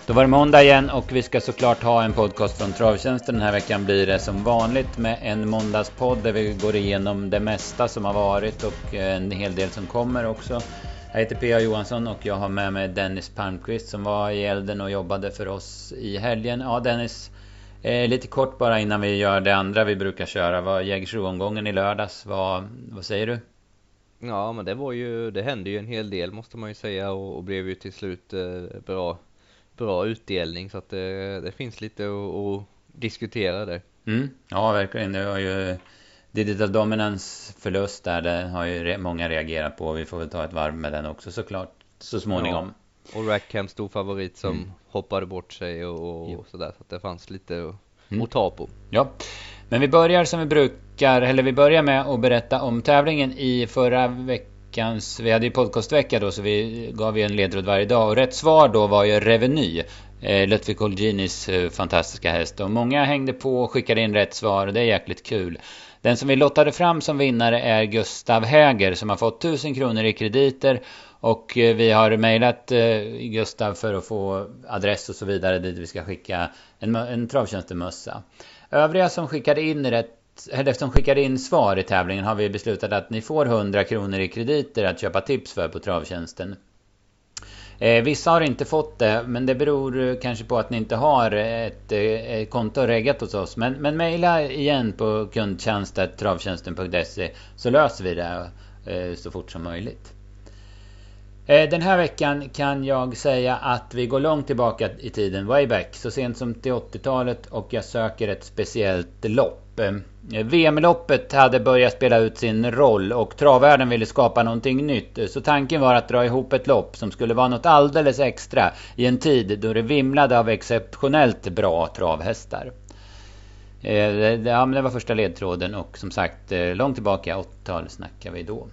Då var det måndag igen och vi ska såklart ha en podcast från Travtjänsten. Den här veckan blir det som vanligt med en måndagspodd där vi går igenom det mesta som har varit och en hel del som kommer också. Jag heter P.A. Johansson och jag har med mig Dennis Palmqvist som var i elden och jobbade för oss i helgen. Ja Dennis, lite kort bara innan vi gör det andra vi brukar köra. Vad Jägersro-omgången i lördags, vad säger du? Ja, men det hände ju en hel del måste man ju säga och blev ju till slut bra utdelning så att det finns lite att diskutera där. Ja, verkligen. Det var ju Digital Dominance förlust där. Det har ju många reagerat på. Vi får väl ta ett varv med den också såklart så småningom. Ja, och Rackham stor favorit som hoppade bort sig och sådär. Så att det fanns lite att ta på. Ja, men vi börjar som vi brukar. Eller vi börjar med att berätta om tävlingen i förra veckans. Vi hade ju podcastvecka då så vi gav ju en ledtråd varje dag. Och rätt svar då var ju Reveny. Ludwig Colginis fantastiska häst. Och många hängde på och skickade in rätt svar. Och det är jäkligt kul. Den som vi lottade fram som vinnare är Gustav Häger som har fått 1000 kronor i krediter. Och vi har mejlat Gustav för att få adress och så vidare dit vi ska skicka en travtjänstemössa. Övriga som skickade in svar i tävlingen har vi beslutat att ni får 100 kronor i krediter att köpa tips för på travtjänsten. Vissa har inte fått det, men det beror kanske på att ni inte har ett konto reggat hos oss. Men mejla igen på kundtjänst@travtjänsten.se så löser vi det så fort som möjligt. Den här veckan kan jag säga att vi går långt tillbaka i tiden, way back, så sent som till 80-talet och jag söker ett speciellt lopp. VM-loppet hade börjat spela ut sin roll och travvärlden ville skapa någonting nytt. Så tanken var att dra ihop ett lopp som skulle vara något alldeles extra i en tid då det vimlade av exceptionellt bra travhästar. Ja, men det var första ledtråden och som sagt långt tillbaka 80-talet snackar vi då.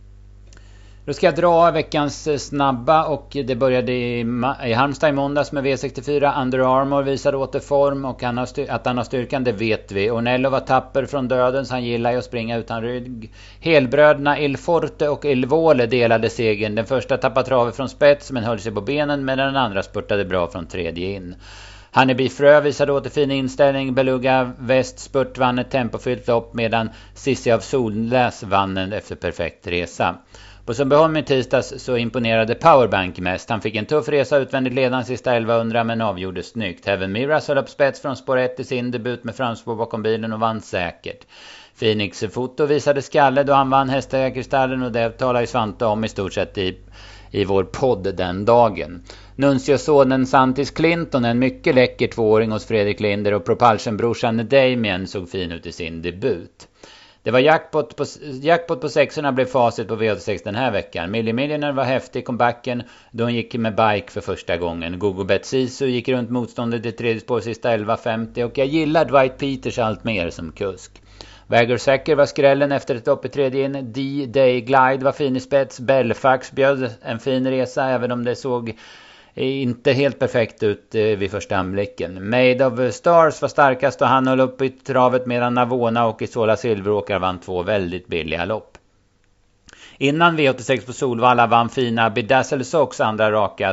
Då ska jag dra veckans snabba och det började i Halmstad i måndags med V64. Under Armour visade återform och att han har styrkan, det vet vi. Ornello var tapper från döden så han gillar ju att springa utan rygg. Helbröderna Il Forte och Il Vole delade segern. Den första tappade travet från spets men höll sig på benen medan den andra spurtade bra från tredje in. Honeybee Frö visade återfin inställning. Beluga West spurt vann ett tempofyllt lopp medan Sissi av Solnäs vann efter perfekt resa. På Sundbyholm i tisdags så imponerade Powerbank mest. Han fick en tuff resa utvändigt ledande sista 1100 men avgjorde snyggt. Heaven Miras höll upp spets från spår 1 i sin debut med framspår bakom bilen och vann säkert. Phoenix Foto visade skalle då han vann Hästägarkristallen och det talar ju Svante om i stort sett i vår podd den dagen. Nuncio-sonen Santis Clinton, en mycket läcker tvååring hos Fredrik Linder och Propulsion-brorsan Damien såg fin ut i sin debut. Det var jackpot på 6orna blev facit på V86 den här veckan. Millie Millionaire var häftig i comebacken då hon gick med bike för första gången. Gogo Bet Sisu gick runt motståndet i tredje spår sista 11.50 och jag gillar Dwight Peters allt mer som kusk. Wäger Säcker var skrällen efter ett lopp i tredje in. D-Day Glide var fin i spets. Belfax bjöd en fin resa även om det såg inte helt perfekt ut vid första anblicken. Made of Stars var starkast och han höll upp i travet medan Navona och Isola Silveråkar vann 2 väldigt billiga lopp. Innan V86 på Solvalla vann fina Bedazzle Sox andra raka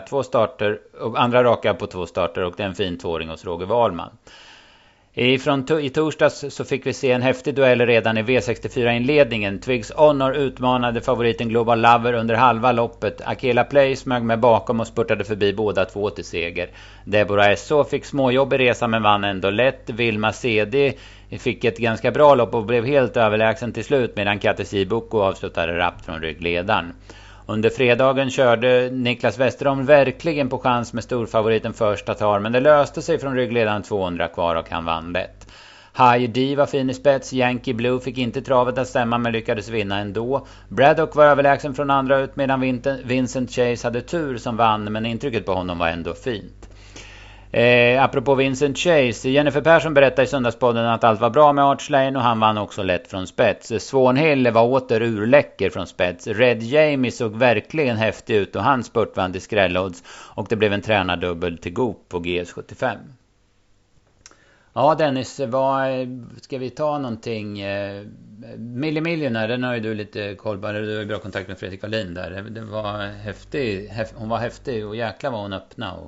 på 2 starter och den fin tvååring hos Roger Wahlman. I torsdags så fick vi se en häftig duell redan i V64-inledningen. Twigs Honor utmanade favoriten Global Lover under halva loppet. Akela Play smög med bakom och spurtade förbi båda 2 till seger. Deborah S.O. fick småjobb i resan men vann ändå lätt. Vilma C.D. fick ett ganska bra lopp och blev helt överlägsen till slut medan Katesi Boko avslutade rappt från ryggledaren. Under fredagen körde Niklas Westerholm verkligen på chans med storfavoriten första tar men det löste sig från ryggledaren 200 kvar och han vann lätt. High D var fin i spets, Yankee Blue fick inte travet att stämma men lyckades vinna ändå. Braddock var överlägsen från andra ut medan Vincent Chase hade tur som vann men intrycket på honom var ändå fint. Apropå Vincent Chase, Jennifer Persson berättade i söndagspodden att allt var bra med Arch Lane och han vann också lätt från spets. Swan Hill var åter urläcker från spets. Red Jamie såg verkligen häftig ut och han spurt vann till skrälodds och det blev en tränardubbel till Goop på GS75. Ja Dennis, vad ska vi ta någonting? Millie Millionaire, den har ju du lite koll på. Du har ju bra kontakt med Fredrik Wallin där. Det var häftig, hon var häftig och jäkla var hon öppna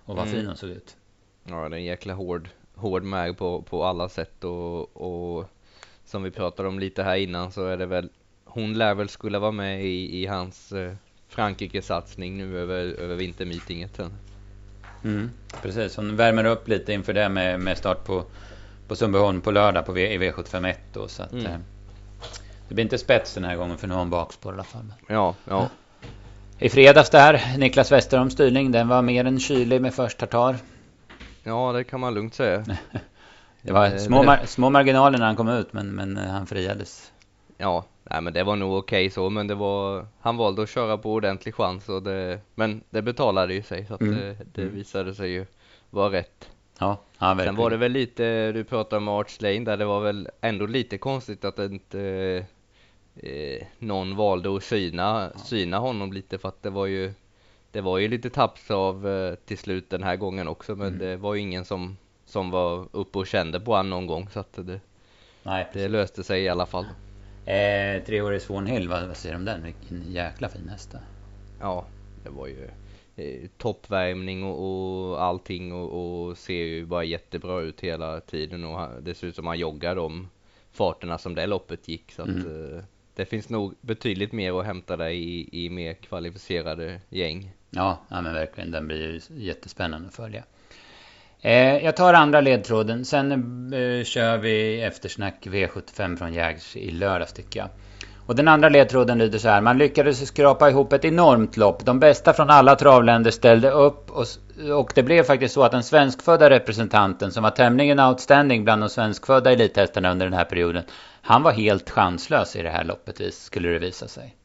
vad fin hon såg ut. Ja, det är en jäkla hård märg på alla sätt och som vi pratade om lite här innan så är det väl, hon lär väl skulle vara med i hans Frankrike-satsning nu över vintermeetinget sen. Precis, hon värmer upp lite inför det med start på Sundbyholm på lördag i V751 då, så att det blir inte spets den här gången för någon bakspår i alla fall. Ja. I fredags där, Niklas Westerholms styrning, den var mer än kylig med först tartar. Ja, det kan man lugnt säga. Det var små marginaler när han kom ut, men han friades. Ja, nej, men det var nog okej så, men han valde att köra på ordentlig chans men det betalade ju sig, så att det visade sig ju vara rätt. Ja, verkligen. Sen var det väl lite, du pratade om Arch Lane där, det var väl ändå lite konstigt att inte någon valde att syna honom lite, för att det var ju lite taps av till slut den här gången också, men det var ju ingen som var uppe och kände på han någon gång, så att det löste sig i alla fall. 3-årig Swanhill, vad säger du om den? Vilken jäkla fin häst. Ja, det var ju toppvärmning och allting och ser ju bara jättebra ut hela tiden, och det ser ut som han joggar de farterna som det loppet gick, så att det finns nog betydligt mer att hämta där i mer kvalificerade gäng. Ja, men verkligen, den blir ju jättespännande att följa. Jag tar andra ledtråden. Sen kör vi eftersnack V75 från Jägers i lördags, tycker jag. Och den andra ledtråden lyder så här: man lyckades skrapa ihop ett enormt lopp. De bästa från alla travländer ställde upp, och det blev faktiskt så att den svenskfödda representanten, som var tämligen outstanding bland de svenskfödda elithästarna under den här perioden, han var helt chanslös i det här loppet, skulle det visa sig.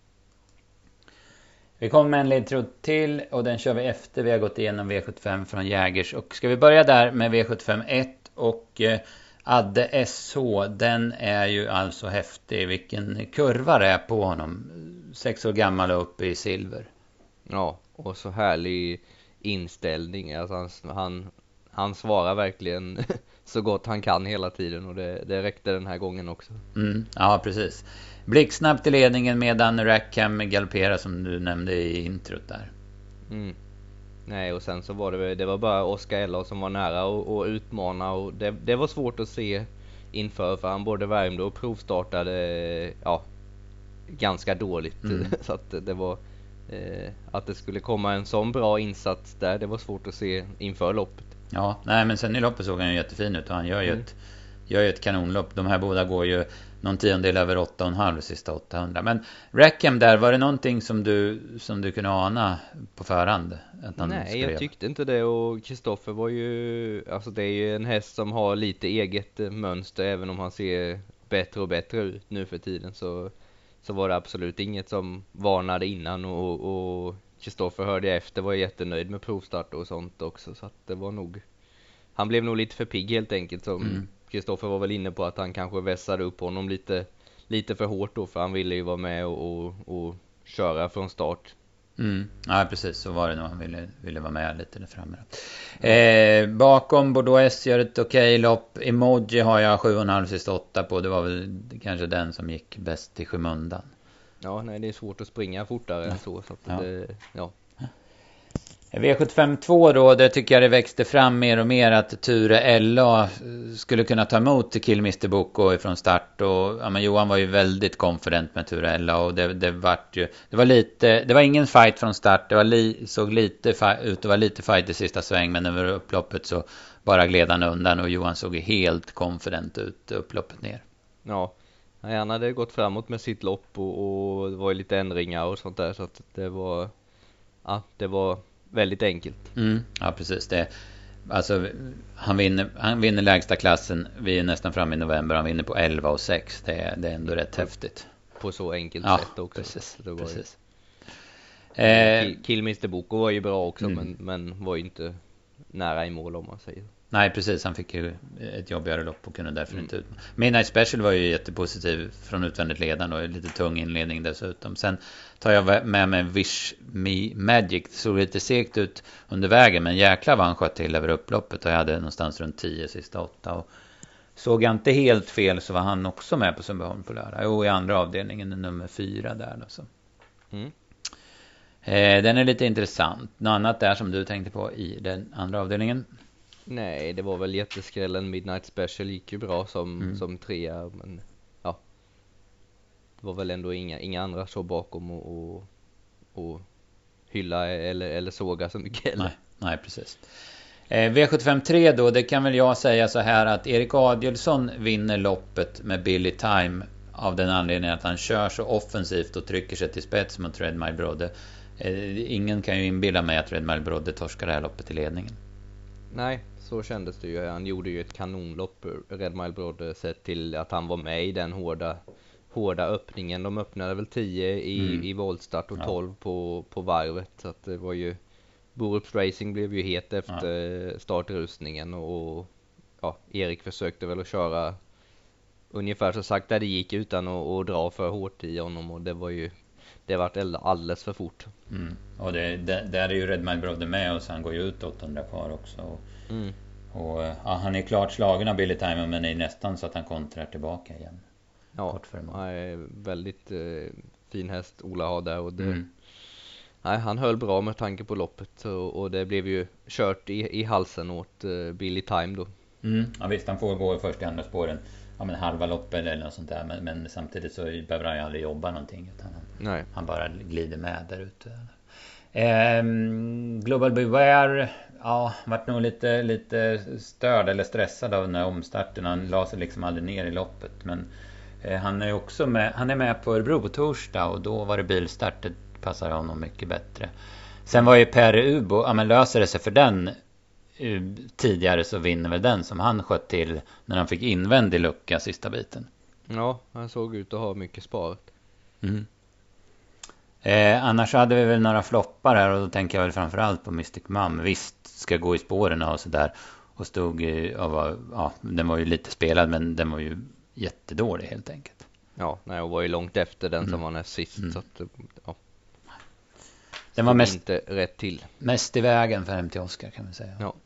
Vi kommer med en ledtråd till, och den kör vi efter vi har gått igenom V75 från Jägers. Och ska vi börja där med V75 1 och Adde SH, den är ju alltså häftig. Vilken kurva det är på honom. 6 år gammal och uppe i silver. Ja, och så härlig inställning. Alltså han svarar verkligen så gott han kan hela tiden, och det räckte den här gången också. Ja, precis. Blixtsnabbt i ledningen medan Rackham galopperar, som du nämnde i introt där. Nej, och sen så var det var bara Oscar Ella som var nära och utmana, och det var svårt att se inför, för han både värmde och provstartade ganska dåligt. Så att det var att det skulle komma en sån bra insats där, det var svårt att se inför loppet. Ja, nej, men sen i loppet såg han ju jättefin ut, och han gör ju ett kanonlopp. De här båda går ju någon tiondel över 8,5 sista 800. Men Rackham där, var det någonting som du kunde ana på förhand? Nej, jag tyckte inte det, och Kristoffer var ju, alltså det är ju en häst som har lite eget mönster, även om han ser bättre och bättre ut nu för tiden, så var det absolut inget som varnade innan, och Kristoffer hörde efter, var jättenöjd med provstart och sånt också, så att det var nog, han blev nog lite för pigg helt enkelt, som Kristoffer var väl inne på, att han kanske vässade upp honom lite för hårt då, för han ville ju vara med och köra från start. Ja, precis, så var det nog. Han ville vara med lite där framme. Bakom Bordeaux S gör ett okej lopp. Emoji har jag 7,5 sista 8 på. Det var väl kanske den som gick bäst i skymundan. Ja, nej, det är svårt att springa fortare än så att V75-2 då, där tycker jag det växte fram mer och mer att Ture LA skulle kunna ta emot Kill Mr. Boko ifrån start, och men Johan var ju väldigt confident med Ture LA, och det var ingen fight från start. Det såg lite ut att vara lite fight i sista sväng, men över upploppet så bara gled han undan, och Johan såg helt confident ut upploppet ner. Ja, han hade gått framåt med sitt lopp, och det var ju lite ändringar och sånt där, så att det var väldigt enkelt. Ja, precis. Alltså, han vinner lägsta klassen. Vi är nästan framme i november. Han vinner på 11,6. Det är ändå rätt häftigt. På så enkelt sätt också. Precis. Kill Mr. Boko var ju bra också, men var ju inte nära i mål, om man säger. Nej, precis. Han fick ju ett jobbigare lopp och kunde därför inte ut. Midnight Special var ju jättepositiv från utvändigt ledaren, och lite tung inledning dessutom. Sen tar jag med mig Wish Me Magic. Det såg lite segt ut under vägen, men jäklar vad han sköt till över upploppet, och jag hade någonstans runt 10 sista 8, och såg jag inte helt fel så var han också med på Sundbyholm på lördag. Jo, i andra avdelningen, nummer 4 där då, så. Den är lite intressant. Något annat där som du tänkte på i den andra avdelningen? Nej, det var väl jätteskrällen. Midnight Special gick ju bra som trea, men ja, det var väl ändå inga andra så bakom och hylla eller såga så mycket. Nej, precis. V75 3 då, det kan väl jag säga så här att Erik Adielsson vinner loppet med Billy Time av den anledningen att han kör så offensivt och trycker sig till spets mot Red Mile Brodde. Ingen kan ju inbilla mig att Red Mile Brodde torskar det här loppet i ledningen. Nej, så kändes det ju. Han gjorde ju ett kanonlopp, Red Mile Brodde, sett till att han var med i den hårda öppningen. De öppnade väl 10 i voltstart och 12 på varvet, så att det var ju Borups Racing blev ju het efter startrustningen och ja, Erik försökte väl att köra ungefär så sagt där det gick utan att dra för hårt i honom, och det vart alldeles för fort. Och där är ju Red Mile Brodde med, och så han går ju ut 800 kvar också. Och han är klart slagen av Billy Time, men är nästan så att han kontrar tillbaka igen. Ja, väldigt fin häst Ola har där, och nej, han höll bra med tanke på loppet, och det blev ju kört i halsen åt Billy Time då. Ja visst, han får gå först i andra spåren, ja men halva loppet eller något sånt där, men samtidigt så behöver han ju aldrig jobba någonting, utan han bara glider med där ute. Global Beware, ja, vart nog lite störd eller stressad av den här omstarten. Han la sig liksom aldrig ner i loppet, men han är också med på Örebro på torsdag, och då var det bilstart. Det passar honom mycket bättre. Sen var ju Per Ubo, ja men löser det sig för den tidigare så vinner väl den som han sköt till när han fick invändig lucka sista biten. Ja, han såg ut att ha mycket sparat. Annars hade vi väl några floppar här, och då tänker jag väl framförallt på Mystic Mum. Visst ska gå i spåren och sådär, och stod den var ju lite spelad, men den var ju jättedålig helt enkelt. Ja, nej, och var ju långt efter den som var näst sist, så att ja. Den var mest inte rätt till. Mest i vägen för MT Oscar, kan man säga. Ja.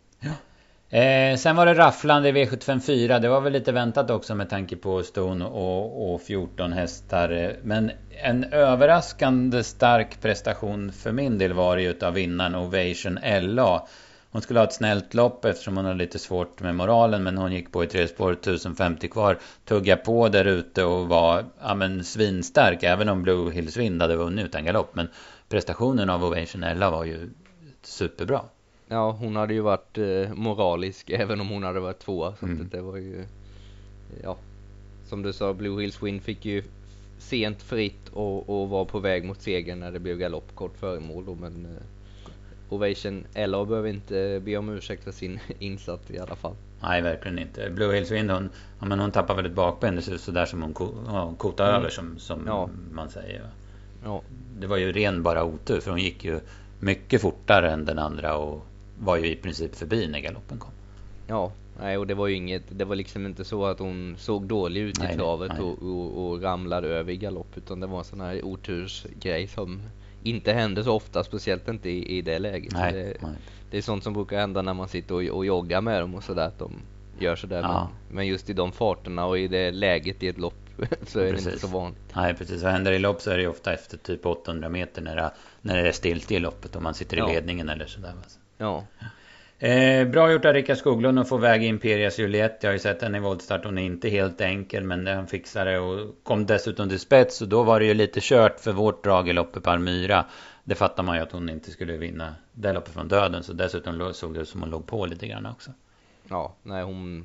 Sen var det rafflande i V754. Det var väl lite väntat också med tanke på Stone och 14 hästar. Men en överraskande stark prestation för min del var det ju utav vinnaren Ovation LA. Hon skulle ha ett snällt lopp eftersom hon hade lite svårt med moralen, men hon gick på i 3 spår, 1050 kvar, tugga på där ute och var svinstark, även om Blue Hills Wind hade vunnit utan galopp. Men prestationen av Ovation LA var ju superbra. Ja, hon hade ju varit moralisk även om hon hade varit tvåa, så det var ju, ja, som du sa, Blue Hills Wind fick ju sent fritt och var på väg mot segern när det blev galopp kort före mål då, men Ovation LA behöver inte be om ursäkt för sin insats i alla fall. Nej, verkligen inte. Blue Hills Wind, hon tappar väl ett bakben, det ser ut så där som hon kotar över som man säger. Ja. Det var ju ren bara otur, för hon gick ju mycket fortare än den andra och var ju i princip förbi när galoppen kom. Ja, nej, och det var ju det var liksom inte så att hon såg dålig ut i travet och ramlade över i galopp, utan det var en sån här otursgrej som inte händer så ofta, speciellt inte i det läget. Det är sånt som brukar hända när man sitter och joggar med dem och sådär, att de gör sådär. Ja. Men just i de farterna och i det läget i ett lopp så är det inte så vanligt. Nej, precis. Vad händer i lopp så är det ju ofta efter typ 800 meter när det är stilt i loppet och man sitter i ledningen eller sådär. Ja. Bra gjort av Rickard Skoglund att få väg Imperias Juliet. Jag har ju sett henne i voltstart. Hon är inte helt enkel, men han fixade det och kom dessutom till spets. Och då var det ju lite kört för vårt drag i loppet på Almyra. Det fattar man ju att hon inte skulle vinna det loppet från döden. Så dessutom såg det ut som hon låg på lite grann också. Ja, nej,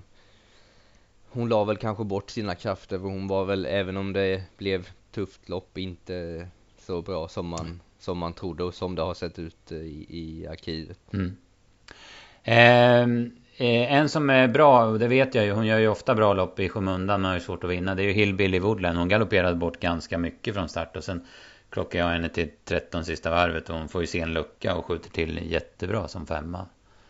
hon la väl kanske bort sina krafter. För hon var väl, även om det blev tufft lopp, inte så bra som man trodde och som det har sett ut i arkivet. En som är bra, och det vet jag ju, hon gör ju ofta bra lopp i skymundan, men har ju svårt att vinna. Det är ju Hillbilly Woodland. Hon galopperade bort ganska mycket från start, och sen klockar jag henne till 13 sista varvet, och hon får ju se en lucka och skjuter till jättebra som femma.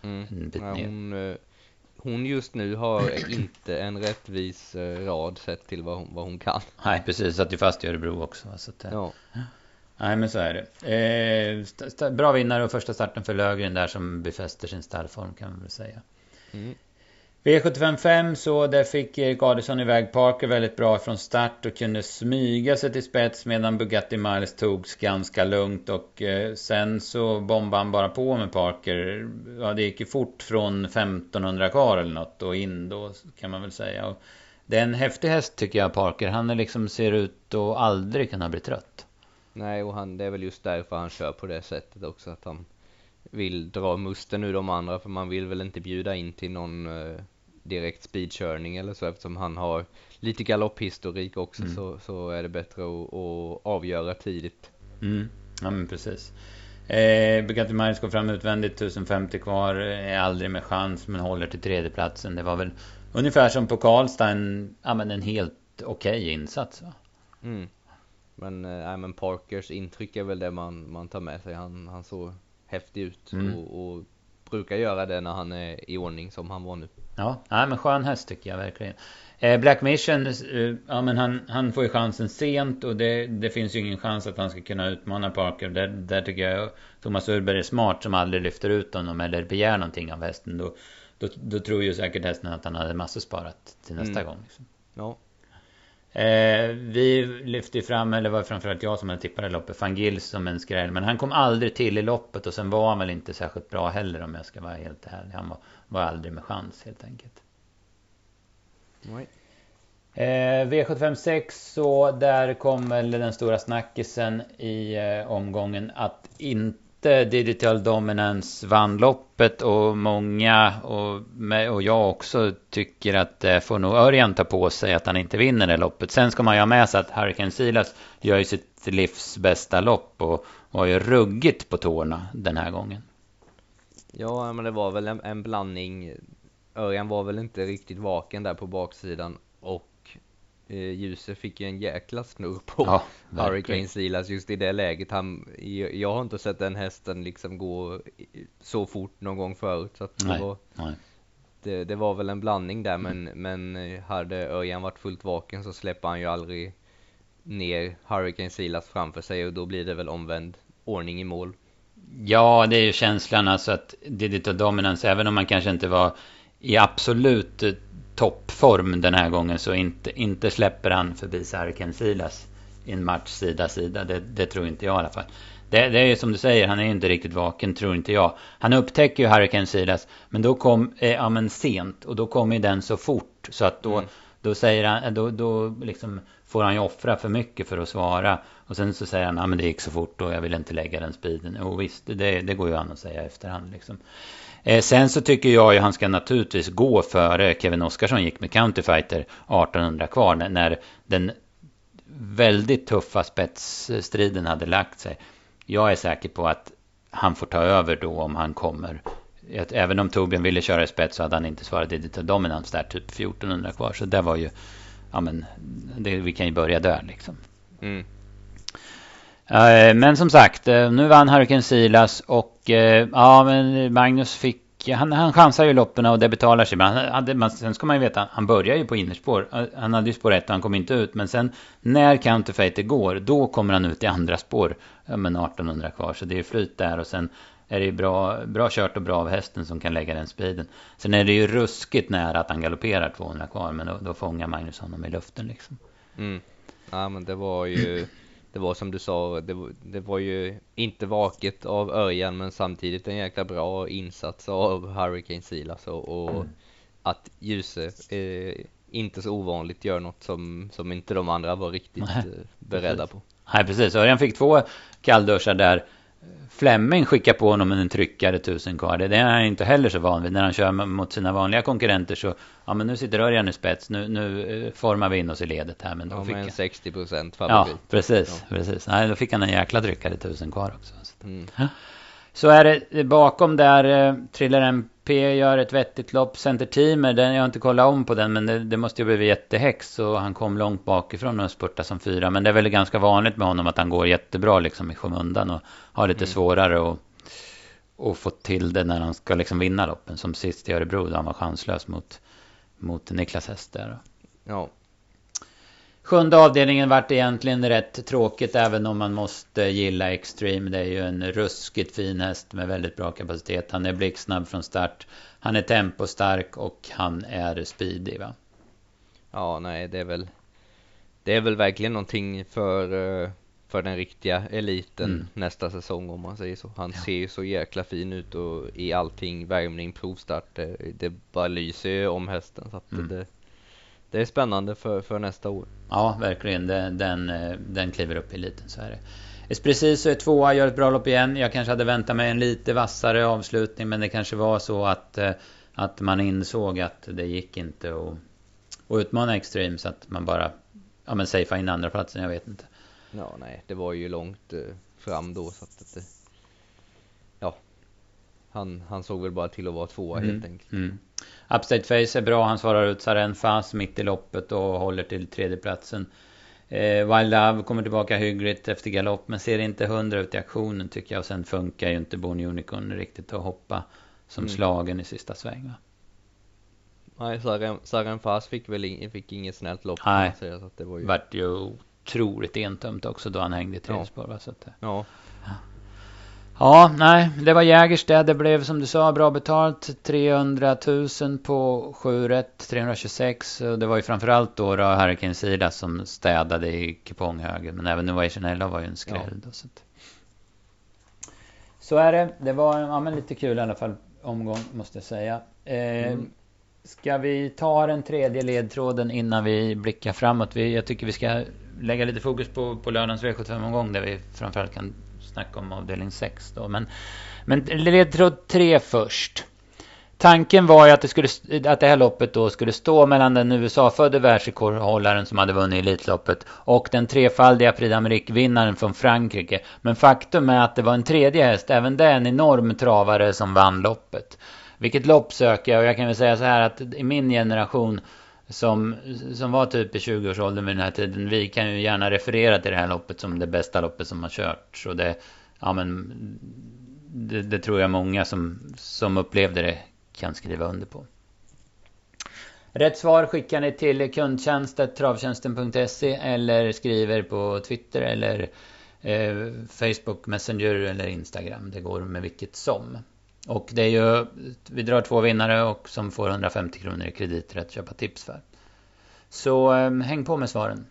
Hon just nu har inte en rättvis rad sett till vad hon kan. Nej, precis, så att du fast i Örebro också. Så att, ja. Nej, men så är det. Bra vinnare och första starten för Löfgren där, som befäster sin stallform, kan man väl säga. V75 så där fick Erik Adielsson iväg Parker väldigt bra från start och kunde smyga sig till spets medan Bugatti Miles togs ganska lugnt och sen så bombade han bara på med Parker. Ja, det gick ju fort från 1500 kvar eller något och in då kan man väl säga. Och det är en häftig häst tycker jag, Parker. Han är liksom ser ut att aldrig kunna bli trött. Nej, och det är väl just därför han kör på det sättet också, att han vill dra musten ur de andra, för man vill väl inte bjuda in till någon direkt speedkörning eller så, eftersom han har lite galopphistorik också. Så är det bättre att avgöra tidigt. Ja men precis. Bugatti Miles går fram utvändigt, 1050 kvar, är aldrig med chans men håller till tredjeplatsen. Det var väl ungefär som på Karlstad en helt okej insats, va? Men Parkers intryck är väl det man tar med sig. Han såg häftig ut och brukar göra det när han är i ordning som han var nu. Ja, men skön häst tycker jag verkligen. Black Mission, ja men han får ju chansen sent och det finns ju ingen chans att han ska kunna utmana Parker. Där tycker jag Thomas Urberg är smart som aldrig lyfter ut honom eller begär någonting av hästen. Då tror ju säkert hästen att han hade massor sparat till nästa gång. Liksom. Ja. Vi lyfte fram, eller var framförallt jag som hade tippat i loppet, Van Gils som en skräll. Men han kom aldrig till i loppet och sen var han väl inte särskilt bra heller om jag ska vara helt ärlig. Han var aldrig med chans helt enkelt. Nej. V75 så där kom väl den stora snackisen i omgången att inte Digital Dominance vann loppet, och många och jag också tycker att får nog Örjan ta på sig att han inte vinner det loppet. Sen ska man ju ha med sig att Hurricane Silas gör ju sitt livs bästa lopp och var ju ruggigt på tårna den här gången. Ja, men det var väl en blandning. Örjan var väl inte riktigt vaken där på baksidan och Ljuset fick ju en jäkla snurr på Hurricane Silas just i det läget. Jag har inte sett den hästen liksom gå så fort någon gång förut, så att det var väl en blandning där, men hade Örjan varit fullt vaken så släpper han ju aldrig ner Hurricane Silas framför sig, och då blir det väl omvänd ordning i mål. Ja, det är ju känslan alltså att Digital Dominance, även om man kanske inte var i absolut toppform den här gången, så inte släpper han förbi Hurricane Silas i en match sida. Det tror inte jag i alla fall. Det är ju som du säger, han är ju inte riktigt vaken, tror inte jag. Han upptäcker ju Hurricane Silas, men då kom sent, och då kom ju den så fort så att då säger han, då liksom får han ju offra för mycket för att svara, och sen så säger han men det gick så fort och jag vill inte lägga den speeden. Och visst, det går ju an att säga efterhand liksom. Sen så tycker jag ju han ska naturligtvis gå före Kevin Oskarsson gick med Counterfighter 1800 kvar när den väldigt tuffa spetsstriden hade lagt sig. Jag är säker på att han får ta över då om han kommer. Även om Torbjörn ville köra i spets så hade han inte svarat Digital Dominance där typ 1400 kvar. Så det var ju, vi kan ju börja där liksom. Men som sagt, nu vann Hurricane Silas och men Magnus fick, han chansar ju loppen och det betalar sig. Men sen ska man ju veta, han börjar ju på innerspår. Han hade ju spår 1 och han kom inte ut. Men sen när Counterfeiter går, då kommer han ut i andra spår med 1800 kvar. Så det är flyt där, och sen är det ju bra kört och bra av hästen som kan lägga den speeden. Sen är det ju ruskigt nära att han galopperar 200 kvar, men då fångar Magnus honom i luften liksom. Ja, men det var ju det var som du sa, det var ju inte vaket av Örjan, men samtidigt en jäkla bra insats av Hurricane Silas, och att Ljuse inte så ovanligt gör något som inte de andra var riktigt beredda på. Nej, precis. Örjan fick 2 kallduschar där. Fleming skickar på honom en tryckare 1000 kvar. Det är han inte heller så van vid. När han kör mot sina vanliga konkurrenter så, men nu sitter Örjan i spets. Nu formar vi in oss i ledet här. Men då fick en 60% favorit. Ja, precis. Nej, då fick han en jäkla tryckare 1000 kvar också. Så är det bakom där, Thriller MP gör ett vettigt lopp. Center Teamer, jag har inte kollat om på den, men det måste ju bli jättehäx, och han kom långt bakifrån och spurtade som 4. Men det är väl ganska vanligt med honom att han går jättebra liksom i skymundan och har lite svårare att få till det när han ska liksom vinna loppen. Som sist i Örebro, då han var chanslös mot Niklas Häst där. Ja. Sjunde avdelningen vart egentligen rätt tråkigt, även om man måste gilla Extreme. Det är ju en ruskigt fin häst med väldigt bra kapacitet. Han är blixtsnabb från start. Han är tempostark och han är speedy, va? Ja, nej, det är väl verkligen någonting för den riktiga eliten nästa säsong, om man säger så. Han ser ju så jäkla fin ut och i allting, värmning, provstart, det bara lyser ju om hästen, så att det är spännande för nästa år. Ja, verkligen. Den kliver upp i eliten, så är det. Precis, så är tvåa, gör ett bra lopp igen. Jag kanske hade väntat mig en lite vassare avslutning, men det kanske var så att man insåg att det gick inte att utmana Extreme, så att man bara safea in andra platsen, jag vet inte. Ja, nej, det var ju långt fram då, så att han såg väl bara till att vara tvåa helt enkelt. Upstate Face är bra, han svarar ut Saren Fas mitt i loppet och håller till tredjeplatsen. Wild Love kommer tillbaka hyggligt efter galopp, men ser inte 100 ut i aktionen, tycker jag. Och sen funkar ju inte Born Unicorn riktigt att hoppa som slagen i sista sväng, va? Nej, Saren Fas fick inget snällt lopp. Nej, så att det var ju... vart ju otroligt entömt också då han hängde i tredje spår, va? Så att, ja, nej, det var Jägerstedt. Det blev, som du sa, bra betalt. 300 000 på 7 rätt, 326. Och det var ju framförallt då Hurricane Sida som städade i kuponghögen. Men även Innovation Ella var ju en skräll då, så är det. Det var lite kul i alla fall omgång, måste jag säga. Ska vi ta den tredje ledtråden innan vi blickar framåt? Jag tycker vi ska lägga lite fokus på lördagens V75-omgång, där vi framförallt kan snacka om avdelning 6 då. Men ledtråd 3 först. Tanken var ju att det här loppet då skulle stå mellan den USA-födde världsrekordhållaren som hade vunnit Elitloppet och den trefaldiga Prix d'Amérique-vinnaren från Frankrike. Men faktum är att det var en tredje häst, även det en enorm travare, som vann loppet. Vilket lopp söker jag? Och jag kan väl säga så här, att i min generation som var typ i 20-årsåldern vid den här tiden, vi kan ju gärna referera till det här loppet som det bästa loppet som har kört. Så det tror jag många som upplevde det kan skriva under på. Rätt svar skickar ni till kundtjänsten travtjänsten.se eller skriver på Twitter eller Facebook Messenger eller Instagram. Det går med vilket som. Och det är ju, vi drar 2 vinnare och som får 150 kronor i kredit att köpa tips för. Så häng på med svaren.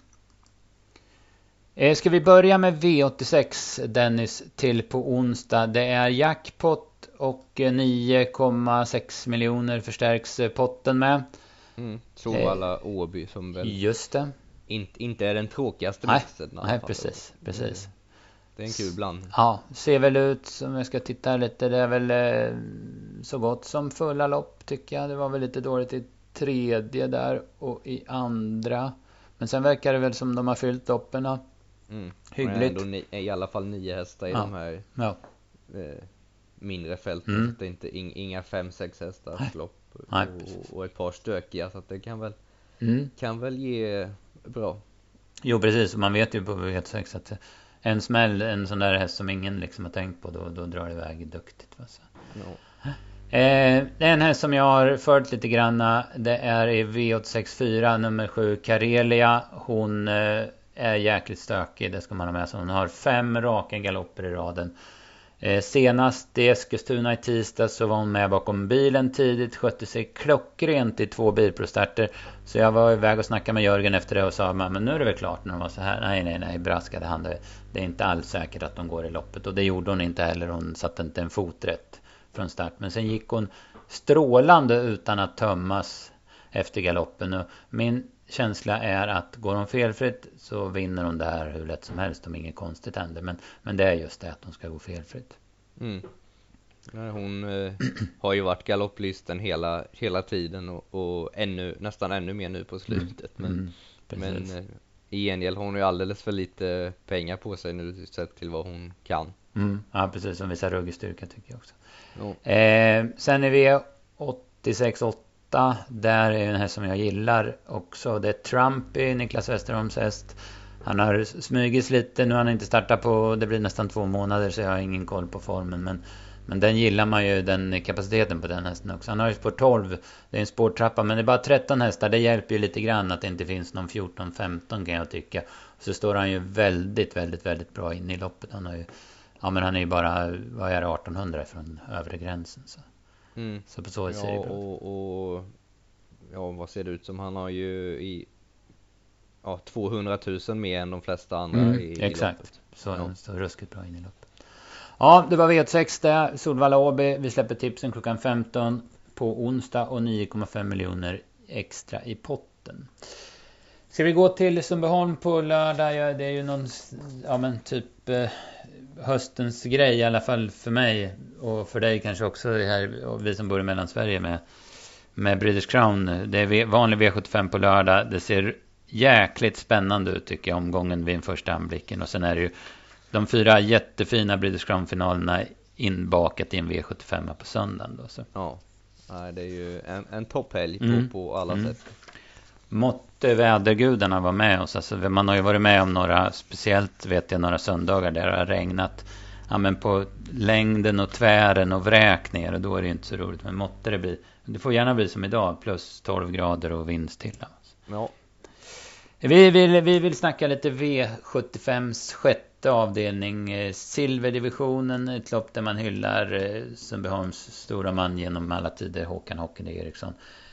Ska vi börja med V86, Dennis, till på onsdag. Det är jackpot och 9,6 miljoner förstärks potten med. Solvalla Åby som väl just det. Inte är den tråkigaste mixen. Nej, precis. Det är en kul bland. Ja, ser väl ut som, jag ska titta lite, det är väl så gott som fulla lopp, tycker jag. Det var väl lite dåligt i tredje där och i andra. Men sen verkar det väl som de har fyllt loppen hyggligt. Ändå i alla fall 9 hästar i de här mindre fälten. Det är inte inga 5-6 hästars lopp och ett par stökiga, så att det kan väl ge bra. Jo, precis. Man vet ju på V86 att en smäll, en sån där häst som ingen liksom har tänkt på, då drar det iväg duktigt. Det är en häst som jag har följt lite granna. Det är i V864 nummer 7 Karelia. Hon är jäkligt stökig, det ska man ha med sig. Hon har 5 raka galopper i raden. Senast i Eskilstuna i tisdag så var hon med bakom bilen tidigt, skötte sig klockrent i 2 bilprostarter. Så jag var iväg och snackade med Jörgen efter det och sa, men nu är det väl klart, när hon var så här. Nej, braskade han. Det är inte alls säkert att de går i loppet. Och det gjorde hon inte heller, hon satte inte en fot rätt från start. Men sen gick hon strålande utan att tömmas efter galoppen. Och min känsla är att går hon felfritt så vinner hon det här hur lätt som helst, om inget konstigt händer. Men det är just det, att hon ska gå felfritt. Hon har ju varit galopplysten hela tiden och nästan ännu mer nu på slutet. Men i gengäld hon har ju alldeles för lite pengar på sig nu sett till vad hon kan. Ja, precis, som visar ruggig styrka, tycker jag också. Sen är vi 86-8. Där är en här som jag gillar också. Det är Trumpy, Niklas Westerholms häst. Han har smygits lite. Nu har han inte startat på, det blir nästan 2 månader, så jag har ingen koll på formen. Men den gillar man ju, den kapaciteten på den hästen också. Han har ju spår 12, det är en spårtrappa, men det är bara 13 hästar. Det hjälper ju lite grann att det inte finns någon 14-15 kan jag tycka. Så står han ju väldigt, väldigt, väldigt bra in i loppet. Han har ju, ja men han är ju bara, vad är det, 1800 från övre gränsen. Så på så ser det bra. Och ja, vad ser det ut som? Han har ju 200 000 mer än de flesta andra i exakt. loppet. Så han står ruskigt bra in i loppet. Ja, det var V6 där. Solvalla Åby. Vi släpper tipsen klockan 15 på onsdag och 9,5 miljoner extra i potten. Ska vi gå till Sundbyholm på lördag? Ja, det är ju någon, ja men typ höstens grej i alla fall för mig. Och för dig kanske också här, och vi som bor i Mellansverige med British Crown. Det är vanlig V75 på lördag. Det ser jäkligt spännande ut tycker jag, omgången vid en första anblicken. Och sen är det ju de 4 jättefina British Crown-finalerna inbakat i en V75 på söndagen då, så. Ja, det är ju en topphelg på alla sätt. Måtte vädergudarna var med oss. Alltså, man har ju varit med om några, speciellt vet jag, några söndagar där det har regnat. Ja, men på längden och tvären och vräk ner, och då är det inte så roligt. Men måtte det bli, det får gärna bli som idag, plus 12 grader och vindstilla. Ja. Vi vill snacka lite V75s sjätte avdelning, silverdivisionen, ett lopp där man hyllar Sundbyholms stora man genom alla tider, Håkan Hocken Eriksson.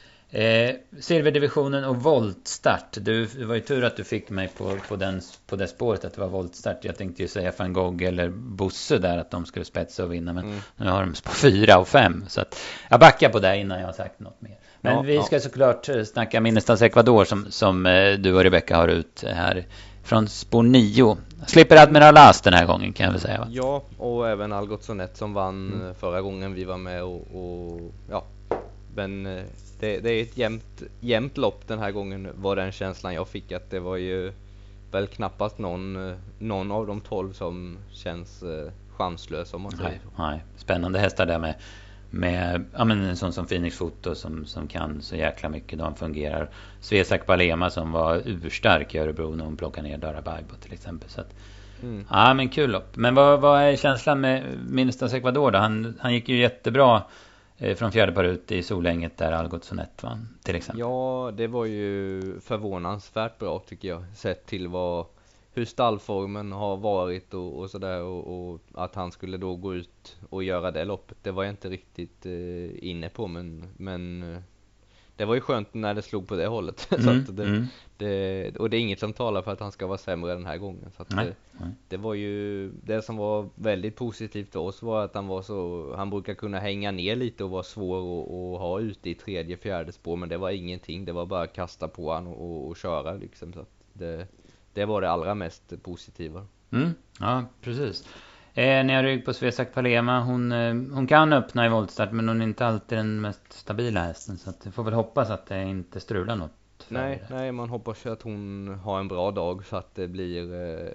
Silverdivisionen och voltstart. Det var ju tur att du fick mig på det spåret att det var voltstart. Jag tänkte ju säga Van Gogh eller Bosse där att de skulle spetsa och vinna, men nu har de på 4 och 5, så att jag backar på det innan jag har sagt något mer. Men vi ska såklart snacka Minnestads Ecuador som du och Rebecca har ut här från spår 9. Slipper Admiral As den här gången kan jag väl säga, va? Ja, och även Algot Sonett som vann förra gången vi var med och ja, men det är ett jämnt lopp den här gången, var den känslan jag fick, att det var ju väl knappast någon av de 12 som känns chanslös, om man säger. Nej, spännande hästar där med ja, men en sån som Phoenix Foto som kan så jäkla mycket. De fungerar. Svesak Balema som var urstark i Örebro när hon plockade ner Dara Bagbo till exempel. Så att, ja, men kul lopp. Men vad är känslan med Minnestads Ecuador då? Han gick ju jättebra från fjärde par ut i Solänget där Algot Sonett vann till exempel. Ja, det var ju förvånansvärt bra tycker jag, sett till hur stallformen har varit och sådär, och att han skulle då gå ut och göra det loppet, det var jag inte riktigt inne på, men det var ju skönt när det slog på det hållet. Så att och det är inget som talar för att han ska vara sämre den här gången, så att det var ju det som var väldigt positivt för oss, var att han brukar kunna hänga ner lite och vara svår att ha ute i tredje, fjärde spår, men det var ingenting, det var bara att kasta på han och köra liksom, så att det var det allra mest positiva. Ja, precis. När jag rygg på Svesak Palema, hon kan öppna i voltstart, men hon är inte alltid den mest stabila hästen, så att jag får väl hoppas att det inte strular något. Nej, man hoppas ju att hon har en bra dag, så att det blir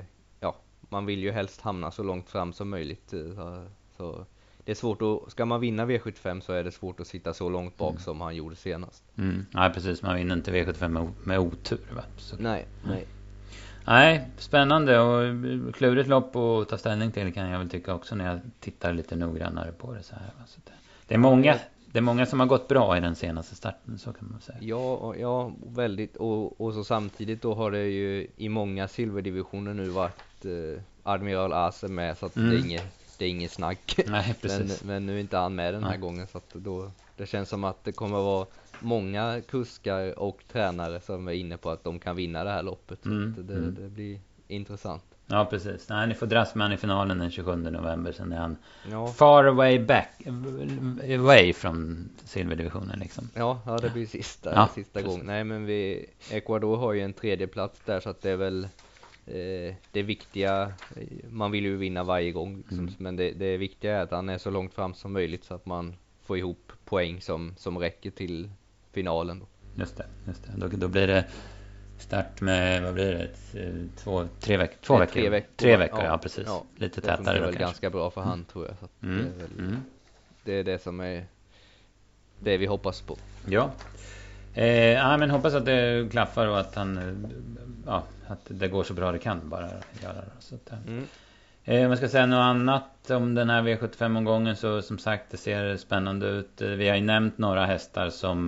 man vill ju helst hamna så långt fram som möjligt, så det är svårt ska man vinna V75 så är det svårt att sitta så långt bak som han gjorde senast. Ja, precis, man vinner inte V75 med otur, va? Så. Nej, spännande och klurigt lopp att ta ställning till, kan jag väl tycka också när jag tittar lite noggrannare på det så här. Så det är många som har gått bra i den senaste starten, så kan man säga. Ja, väldigt, och så samtidigt då har det ju i många silverdivisioner nu varit Admiral As med, så att det är inget snack. Nej, precis. Men nu är inte han med den här gången, så att då det känns som att det kommer vara många kuskar och tränare som är inne på att de kan vinna det här loppet. Så att det blir intressant. Ja, precis. Nej, ni får dras med han i finalen den 27 november. Sen är han far away från silverdivisionen liksom. Ja, det blir sista gången. Nej, men Ecuador har ju en tredje plats där, så att det är väl det viktiga. Man vill ju vinna varje gång liksom, men det viktiga är att han är så långt fram som möjligt, så att man får ihop poäng som räcker till finalen då. Just det. Då blir det start med, vad blir det? 3 veckor? 3 veckor, ja precis. Ja, lite tätare då kanske. Det är väl ganska bra för han, tror jag. Så att det är det som är det vi hoppas på. Ja. Men hoppas att det klaffar och att han att det går så bra det kan bara göra det. Så att, Om jag ska säga något annat om den här V75-omgången, så som sagt, det ser spännande ut. Vi har ju nämnt några hästar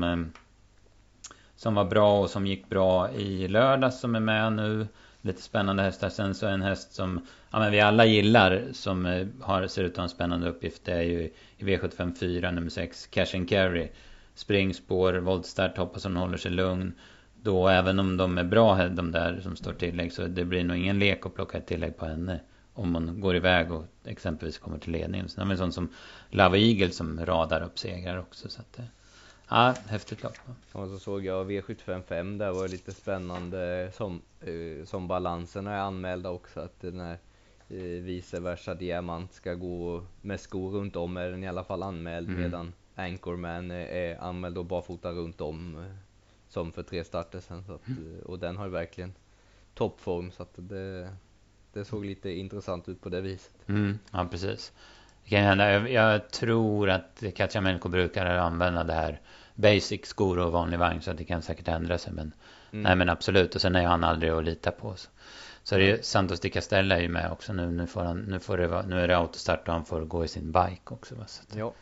som var bra och som gick bra i lördags som är med nu. Lite spännande hästar. Sen så en häst som men vi alla gillar, som ser ut att ha en spännande uppgift, det är ju i V75 4 nummer 6 Cash and Carry. Springspår, voltstart, hoppas hon håller sig lugn. Då även om de är bra, de där som står tillägg, så det blir nog ingen lek att plocka ett tillägg på henne om man går iväg och exempelvis kommer till ledningen. Så det är en sån som Love Eagle som radar upp segrar också, så att ja, häftigt lopp. Och så såg jag V75 där var lite spännande som balanserna är anmälda också, att den här vice versa diamant ska gå med skor runt om, är den i alla fall anmäld, medan Anchorman är anmäld och barfota runt om som för 3 starter sen, så att, och den har ju verkligen toppform, så att det såg lite intressant ut på det viset. Ja, precis. Det kan hända. Jag tror att Katja Melko brukar använda det här basic skor och vanlig vagn, så att det kan säkert ändra sig, men nej, men absolut. Och sen är han aldrig att lita på, så det är Santos Di Castella är ju med också nu. Nu är det autostart och han får gå i sin bike också, va? Så att, ja.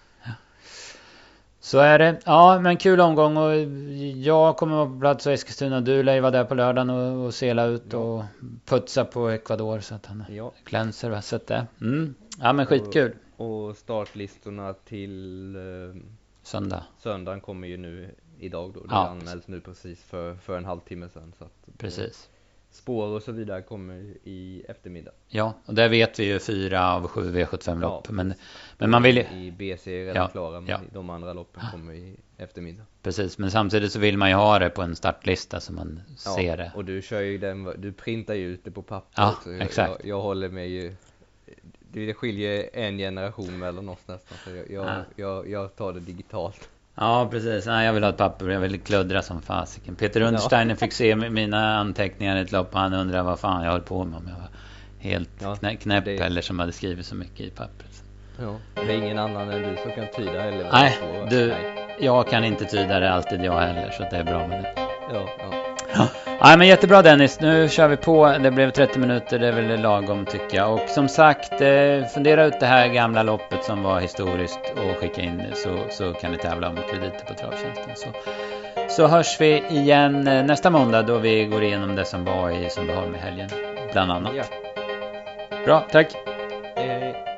Så är det. Ja, men kul omgång, och jag kommer vara på plats i Eskilstuna. Du lär ju vara där på lördagen och sela ut och putsa på Ecuador så att han glänser, va? Så att det. Ja, men skitkul. Och startlistorna till söndagen kommer ju nu idag då. Det anmäls nu precis för en halvtimme sedan, så att precis. Spår och så vidare kommer i eftermiddag. Ja, och där vet vi ju 4 av 7 V75-lopp. Men man vill i BC är redan klara, men de andra loppen kommer i eftermiddag. Precis, men samtidigt så vill man ju ha det på en startlista så man ser det. Och du kör ju du printar ju ut det på papper. Ja, också. exakt. Jag håller med ju. Det skiljer en generation mellan oss nästan, så jag tar det digitalt. Ja, precis. Nej, jag vill ha ett papper. Jag vill kluddra som fasiken. Peter Understeiner fick se mina anteckningar i ett lopp, och han undrar vad fan jag höll på med, om jag var helt knäpp eller som hade skrivit så mycket i pappret. Ja, det är ingen annan än du som kan tyda, eller vad? Nej, jag kan inte tyda det alltid jag heller, så det är bra med det. Ja. Ja, men jättebra Dennis, nu kör vi på. Det blev 30 minuter, det är väl lagom tycker jag. Och som sagt, fundera ut det här gamla loppet som var historiskt och skicka in, så kan ni tävla om krediter på Travtjänsten. Så hörs vi igen nästa måndag, då vi går igenom det som var i Sundbyholm i helgen bland annat. Ja. Bra, tack. Hej.